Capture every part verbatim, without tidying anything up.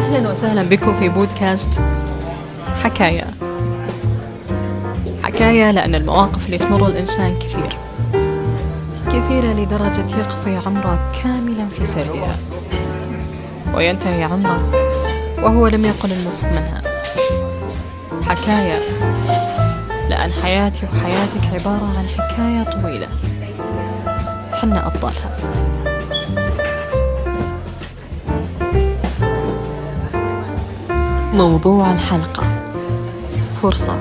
أهلا وسهلا بكم في بودكاست حكاية. حكاية لأن المواقف اللي تمر الإنسان كثير كثيرة لدرجة يقضي عمره كاملا في سردها وينتهي عمره وهو لم يقل النصف منها. حكاية لأن حياتي وحياتك عبارة عن حكاية طويلة حنا أبطالها. موضوع الحلقة: فرصة.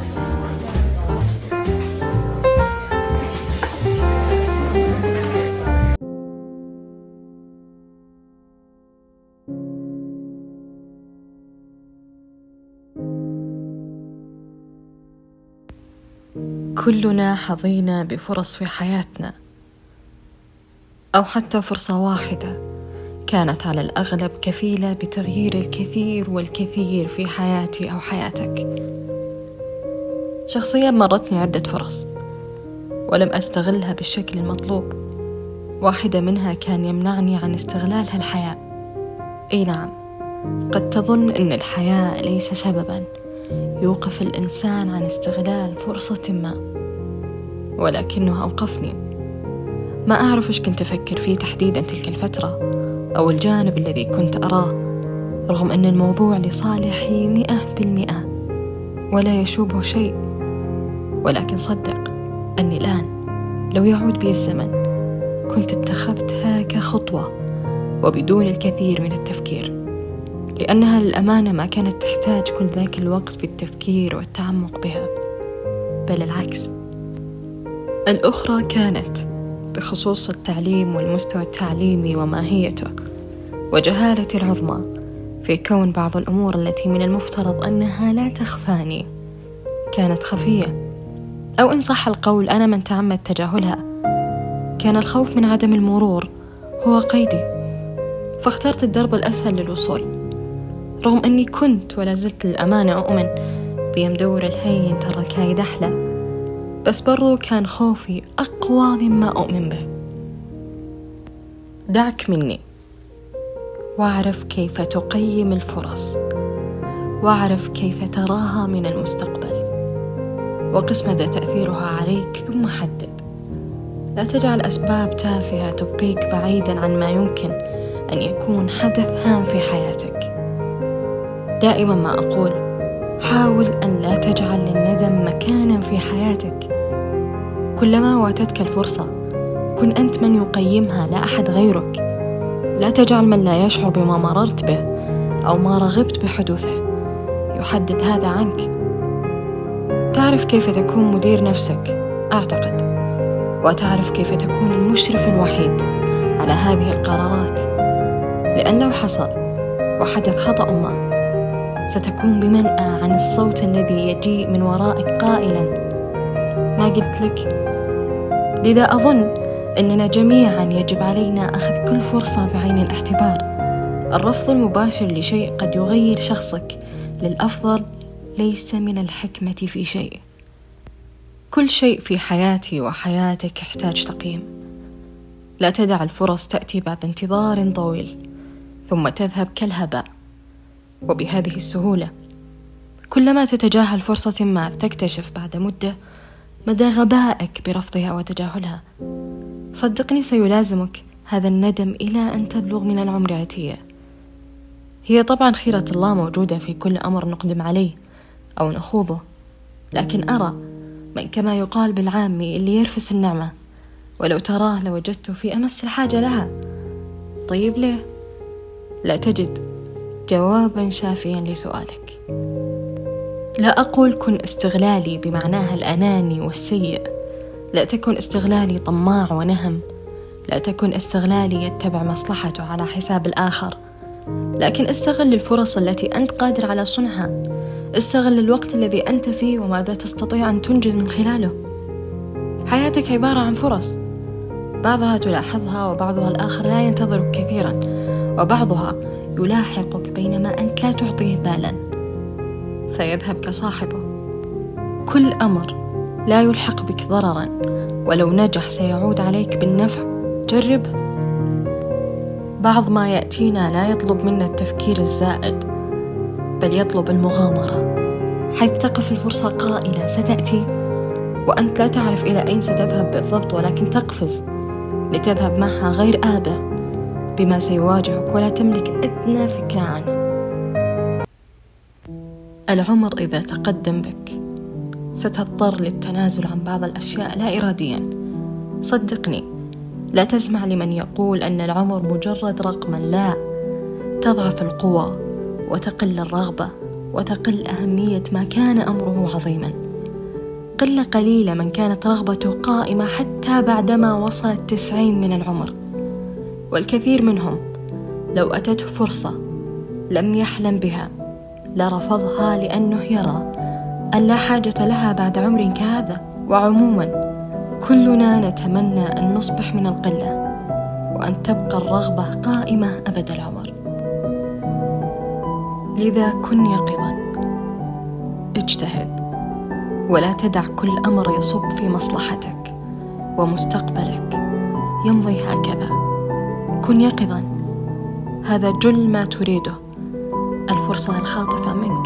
كلنا حظينا بفرص في حياتنا، أو حتى فرصة واحدة كانت على الأغلب كفيلة بتغيير الكثير والكثير في حياتي أو حياتك. شخصيا مرتني عدة فرص ولم أستغلها بالشكل المطلوب. واحدة منها كان يمنعني عن استغلالها الحياء. أي نعم، قد تظن أن الحياء ليس سببا يوقف الإنسان عن استغلال فرصة ما، ولكنه أوقفني. ما أعرف إيش كنت أفكر فيه تحديدا تلك الفترة أو الجانب الذي كنت أراه، رغم أن الموضوع لصالحي مئة بالمئة ولا يشوبه شيء. ولكن صدق أني الآن لو يعود بي الزمن كنت اتخذتها كخطوة وبدون الكثير من التفكير، لأنها للأمانة ما كانت تحتاج كل ذاك الوقت في التفكير والتعمق بها، بل العكس. الأخرى كانت بخصوص التعليم والمستوى التعليمي وماهيته، وجهالتي العظمى في كون بعض الأمور التي من المفترض أنها لا تخفاني كانت خفية، أو إن صح القول أنا من تعمد تجاهلها. كان الخوف من عدم المرور هو قيدي، فاخترت الدرب الأسهل للوصول، رغم أني كنت ولا زلت للأمانة أؤمن بيمدور الهين ترى الكايد أحلى، بس برضو كان خوفي أقوى مما أؤمن به. دعك مني واعرف كيف تقيم الفرص، واعرف كيف تراها من المستقبل، وقس مدى تأثيرها عليك، ثم حدد. لا تجعل أسباب تافهة تبقيك بعيدا عن ما يمكن أن يكون حدث هام في حياتك. دائما ما أقول: حاول أن لا تجعل للندم مكانا في حياتك. كلما واتتك الفرصة كن أنت من يقيمها، لا أحد غيرك. لا تجعل من لا يشعر بما مررت به أو ما رغبت بحدوثه يحدد هذا عنك. تعرف كيف تكون مدير نفسك، أعتقد، وتعرف كيف تكون المشرف الوحيد على هذه القرارات، لأن لو حصل وحدث خطأ ما ستكون بمنأى عن الصوت الذي يجيء من ورائك قائلا: ما قلت لك؟ لذا أظن أننا جميعا يجب علينا أخذ كل فرصة بعين الاعتبار. الرفض المباشر لشيء قد يغير شخصك للأفضل ليس من الحكمة في شيء. كل شيء في حياتي وحياتك يحتاج تقييم. لا تدع الفرص تأتي بعد انتظار طويل ثم تذهب كالهباء وبهذه السهولة. كلما تتجاهل فرصة ما تكتشف بعد مدة مدى غبائك برفضها وتجاهلها. صدقني سيلازمك هذا الندم إلى أن تبلغ من العمر عتية. هي طبعا خيرة الله موجودة في كل أمر نقدم عليه أو نخوضه، لكن أرى من كما يقال بالعامي اللي يرفس النعمة ولو تراه لوجدته في أمس الحاجة لها. طيب ليه لا تجد جوابا شافيا لسؤالك؟ لا أقول كن استغلالي بمعناها الأناني والسيء. لا تكن استغلالي طماع ونهم. لا تكن استغلالي يتبع مصلحته على حساب الآخر، لكن استغل الفرص التي أنت قادر على صنعها. استغل الوقت الذي أنت فيه وماذا تستطيع أن تنجز من خلاله. حياتك عبارة عن فرص، بعضها تلاحظها وبعضها الآخر لا ينتظرك كثيرا، وبعضها يلاحقك بينما أنت لا تعطيه بالا فيذهب كصاحبه. كل أمر لا يلحق بك ضررا ولو نجح سيعود عليك بالنفع. جرب. بعض ما يأتينا لا يطلب منا التفكير الزائد، بل يطلب المغامرة، حيث تقف الفرصة قائلة ستأتي وأنت لا تعرف إلى أين ستذهب بالضبط، ولكن تقفز لتذهب معها غير آبه بما سيواجهك ولا تملك أدنى فكرة عنه. العمر إذا تقدم بك ستضطر للتنازل عن بعض الأشياء لا إراديا. صدقني، لا تسمع لمن يقول أن العمر مجرد رقما، لا، تضعف القوى وتقل الرغبة وتقل أهمية ما كان أمره عظيما. قلة قليلة من كانت رغبته قائمة حتى بعدما وصل التسعين من العمر، والكثير منهم لو أتته فرصة لم يحلم بها لرفضها لأنه يرى أن لا حاجة لها بعد عمر كهذا. وعموما كلنا نتمنى أن نصبح من القلة وأن تبقى الرغبة قائمة أبد العمر. لذا كن يقظا، اجتهد، ولا تدع كل أمر يصب في مصلحتك ومستقبلك يمضي هكذا. كن يقظا، هذا جل ما تريده الفرصة الخاطفة منك.